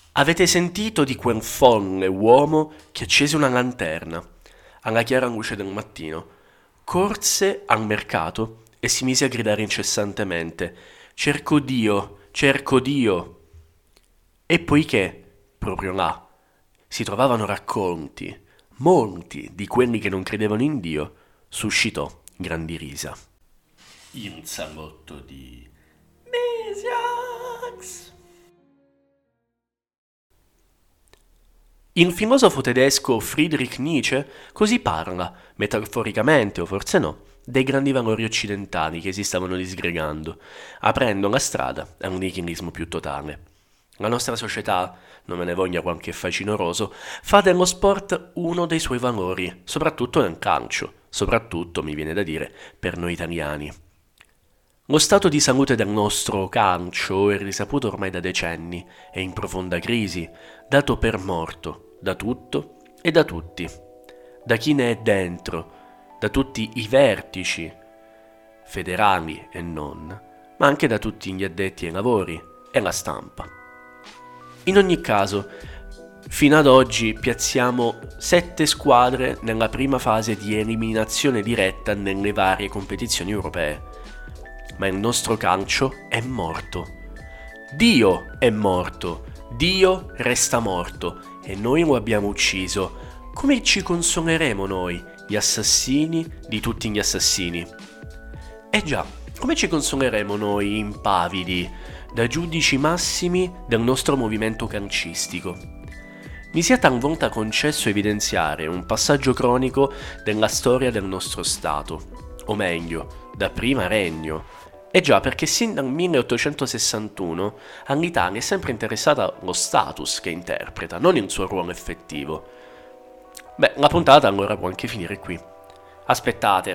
Avete sentito di quel folle uomo che accese una lanterna alla chiara luce del mattino, corse al mercato e si mise a gridare incessantemente: Cerco Dio, cerco Dio! E poiché, proprio là, si trovavano racconti, molti di quelli che non credevano in Dio, suscitò grandi risa. Il salotto di Mesiax. Il filosofo tedesco Friedrich Nietzsche così parla, metaforicamente o forse no, dei grandi valori occidentali che si stavano disgregando, aprendo la strada a un nichilismo più totale. La nostra società, non me ne voglia qualche facinoroso, fa dello sport uno dei suoi valori, soprattutto nel calcio, soprattutto, mi viene da dire, per noi italiani. Lo stato di salute del nostro calcio è risaputo ormai da decenni, è in profonda crisi, dato per morto da tutto e da tutti, da chi ne è dentro, da tutti i vertici, federali e non, ma anche da tutti gli addetti ai lavori e la stampa. In ogni caso, fino ad oggi piazziamo 7 squadre nella prima fase di eliminazione diretta nelle varie competizioni europee. Ma il nostro calcio è morto. Dio è morto. Dio resta morto e noi lo abbiamo ucciso. Come ci consoleremo noi, gli assassini di tutti gli assassini? Eh già, come ci consoleremo noi impavidi da giudici massimi del nostro movimento calcistico? Mi sia talvolta concesso evidenziare un passaggio cronico della storia del nostro Stato, o meglio, da prima regno. E già, perché sin dal 1861 all'Italia è sempre interessata lo status che interpreta, non il suo ruolo effettivo. Beh, la puntata allora può anche finire qui. Aspettate,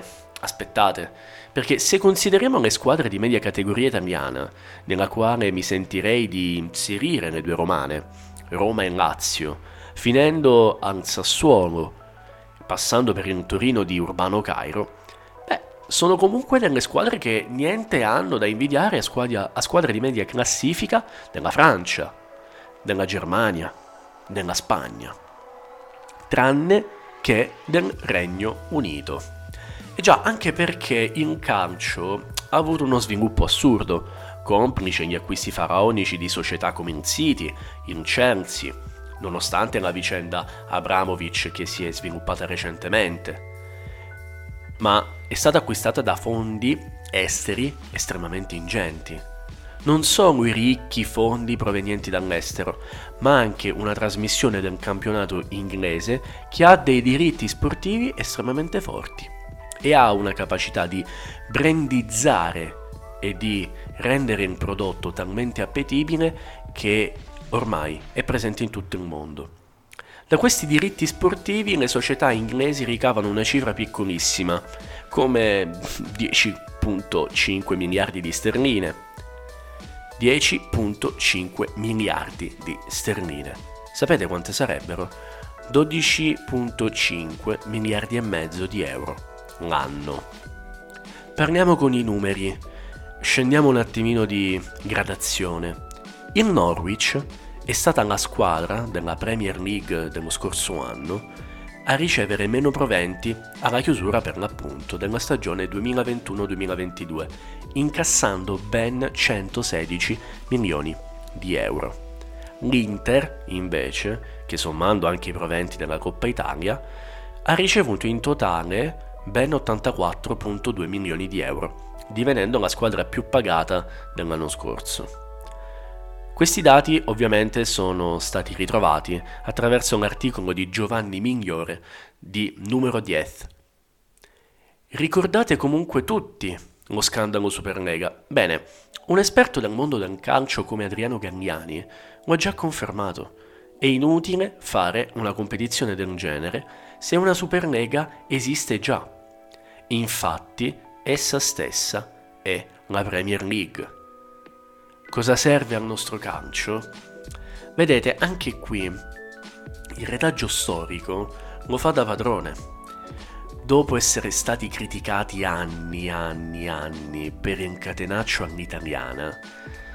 perché se consideriamo le squadre di media categoria italiana, nella quale mi sentirei di inserire le due romane, Roma e Lazio, finendo al Sassuolo, passando per il Torino di Urbano Cairo, sono comunque delle squadre che niente hanno da invidiare a squadre di media classifica della Francia, della Germania, della Spagna, tranne che del Regno Unito. E già, anche perché il calcio ha avuto uno sviluppo assurdo, complice gli acquisti faraonici di società come il City, il Chelsea, nonostante la vicenda Abramovich che si è sviluppata recentemente. Ma è stata acquistata da fondi esteri estremamente ingenti. Non solo i ricchi fondi provenienti dall'estero, ma anche una trasmissione del campionato inglese che ha dei diritti sportivi estremamente forti e ha una capacità di brandizzare e di rendere il prodotto talmente appetibile che ormai è presente in tutto il mondo. Da questi diritti sportivi le società inglesi ricavano una cifra piccolissima, come 10,5 miliardi di sterline. 10,5 miliardi di sterline. Sapete quante sarebbero? 12,5 miliardi e mezzo di euro l'anno. Parliamo con i numeri. Scendiamo un attimino di gradazione. Il Norwich è stata la squadra della Premier League dello scorso anno a ricevere meno proventi alla chiusura per l'appunto della stagione 2021-2022, incassando ben 116 milioni di euro. L'Inter, invece, che sommando anche i proventi della Coppa Italia, ha ricevuto in totale ben 84,2 milioni di euro, divenendo la squadra più pagata dell'anno scorso. Questi dati ovviamente sono stati ritrovati attraverso l'articolo di Giovanni Migliore di Numero 10. Ricordate comunque tutti lo scandalo Superlega? Bene, un esperto del mondo del calcio come Adriano Galliani lo ha già confermato. È inutile fare una competizione del genere se una Superlega esiste già. Infatti, essa stessa è la Premier League. Cosa serve al nostro calcio? Vedete, anche qui il retaggio storico lo fa da padrone. Dopo essere stati criticati anni per il catenaccio all'italiana,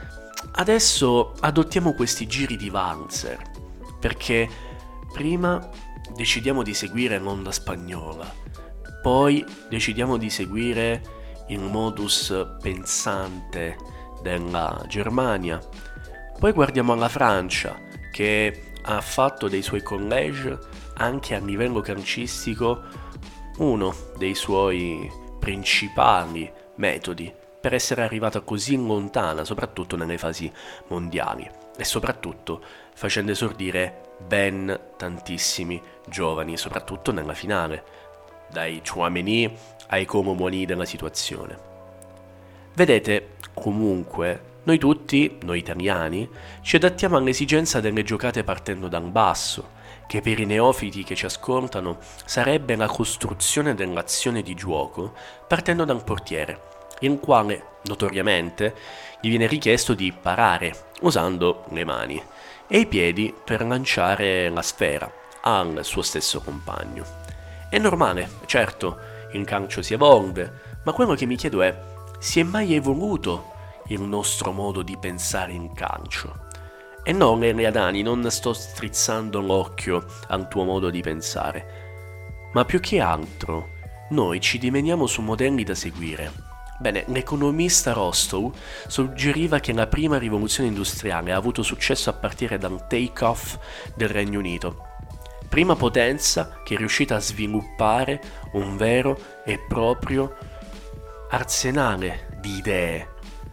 Adesso adottiamo questi giri di valzer, perché prima decidiamo di seguire l'onda spagnola, poi decidiamo di seguire il modus pensante della Germania, poi guardiamo alla Francia che ha fatto dei suoi college anche a livello calcistico uno dei suoi principali metodi per essere arrivata così lontana, soprattutto nelle fasi mondiali e soprattutto facendo esordire ben tantissimi giovani, soprattutto nella finale, dai Tchouaméni ai Colomoni della situazione. Vedete, comunque, noi tutti, noi italiani, ci adattiamo all'esigenza delle giocate partendo dal basso, che per i neofiti che ci ascoltano sarebbe la costruzione dell'azione di gioco partendo dal portiere, il quale, notoriamente, gli viene richiesto di parare usando le mani e i piedi per lanciare la sfera al suo stesso compagno. È normale, certo, il calcio si evolve, ma quello che mi chiedo è: si è mai evoluto il nostro modo di pensare in calcio? E no, Lelia Dani, non sto strizzando l'occhio al tuo modo di pensare, ma più che altro noi ci dimentichiamo su modelli da seguire. Bene, l'economista Rostow suggeriva che la prima rivoluzione industriale ha avuto successo a partire dal take-off del Regno Unito, prima potenza che è riuscita a sviluppare un vero e proprio arsenale di idee.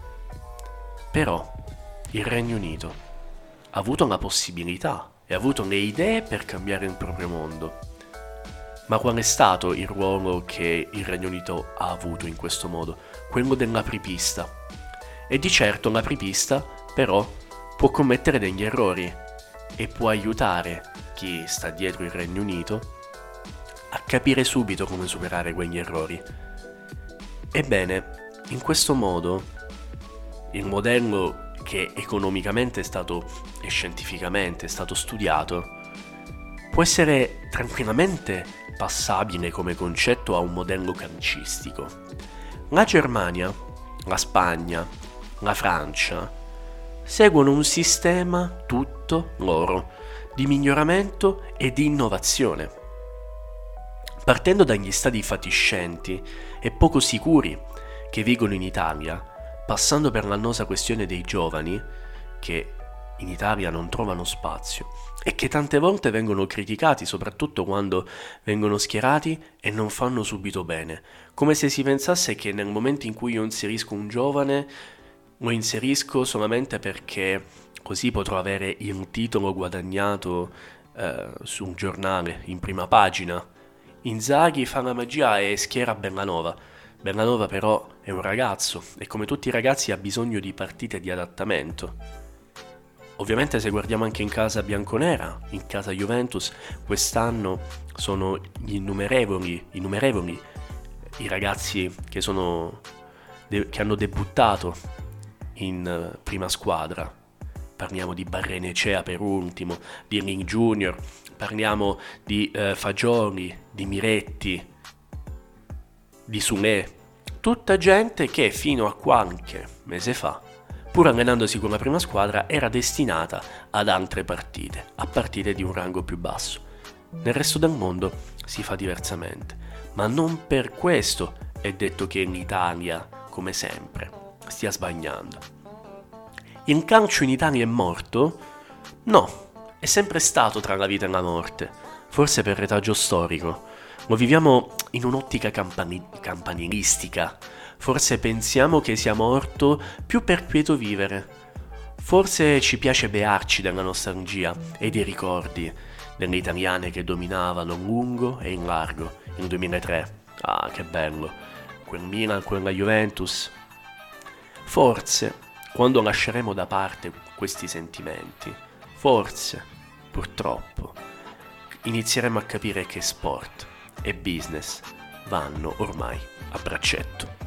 Però il Regno Unito ha avuto la possibilità e ha avuto le idee per cambiare il proprio mondo. Ma qual è stato il ruolo che il Regno Unito ha avuto in questo modo? Quello dell'apripista. E di certo l'apripista, però, può commettere degli errori e può aiutare chi sta dietro il Regno Unito a capire subito come superare quegli errori. Ebbene, in questo modo, il modello che economicamente è stato e scientificamente è stato studiato può essere tranquillamente passabile come concetto a un modello calcistico. La Germania, la Spagna, la Francia seguono un sistema tutto loro di miglioramento e di innovazione. Partendo dagli stadi fatiscenti e poco sicuri che vigono in Italia, passando per l'annosa questione dei giovani che in Italia non trovano spazio e che tante volte vengono criticati, soprattutto quando vengono schierati e non fanno subito bene, come se si pensasse che nel momento in cui io inserisco un giovane lo inserisco solamente perché così potrò avere il titolo guadagnato su un giornale in prima pagina. Inzaghi fa la magia e schiera Bellanova. Bellanova però è un ragazzo e come tutti i ragazzi ha bisogno di partite di adattamento. Ovviamente se guardiamo anche in casa bianconera, in casa Juventus, quest'anno sono innumerevoli i ragazzi che hanno debuttato in prima squadra. Parliamo di Barrenechea per ultimo, di Ring Junior, parliamo di Fagioli, di Miretti, di Sule, tutta gente che fino a qualche mese fa, pur allenandosi con la prima squadra, era destinata ad altre partite, a partite di un rango più basso. Nel resto del mondo si fa diversamente, ma non per questo è detto che l'Italia, come sempre, stia sbagliando. Il calcio in Italia è morto? No, è sempre stato tra la vita e la morte, forse per retaggio storico. Lo viviamo in un'ottica campanilistica. Forse pensiamo che sia morto più per quieto vivere. Forse ci piace bearci della nostalgia e dei ricordi delle italiane che dominavano lungo e in largo nel 2003. Ah, che bello! Quel Milan, quella Juventus. Forse, quando lasceremo da parte questi sentimenti, forse, purtroppo, inizieremo a capire che sport e business vanno ormai a braccetto.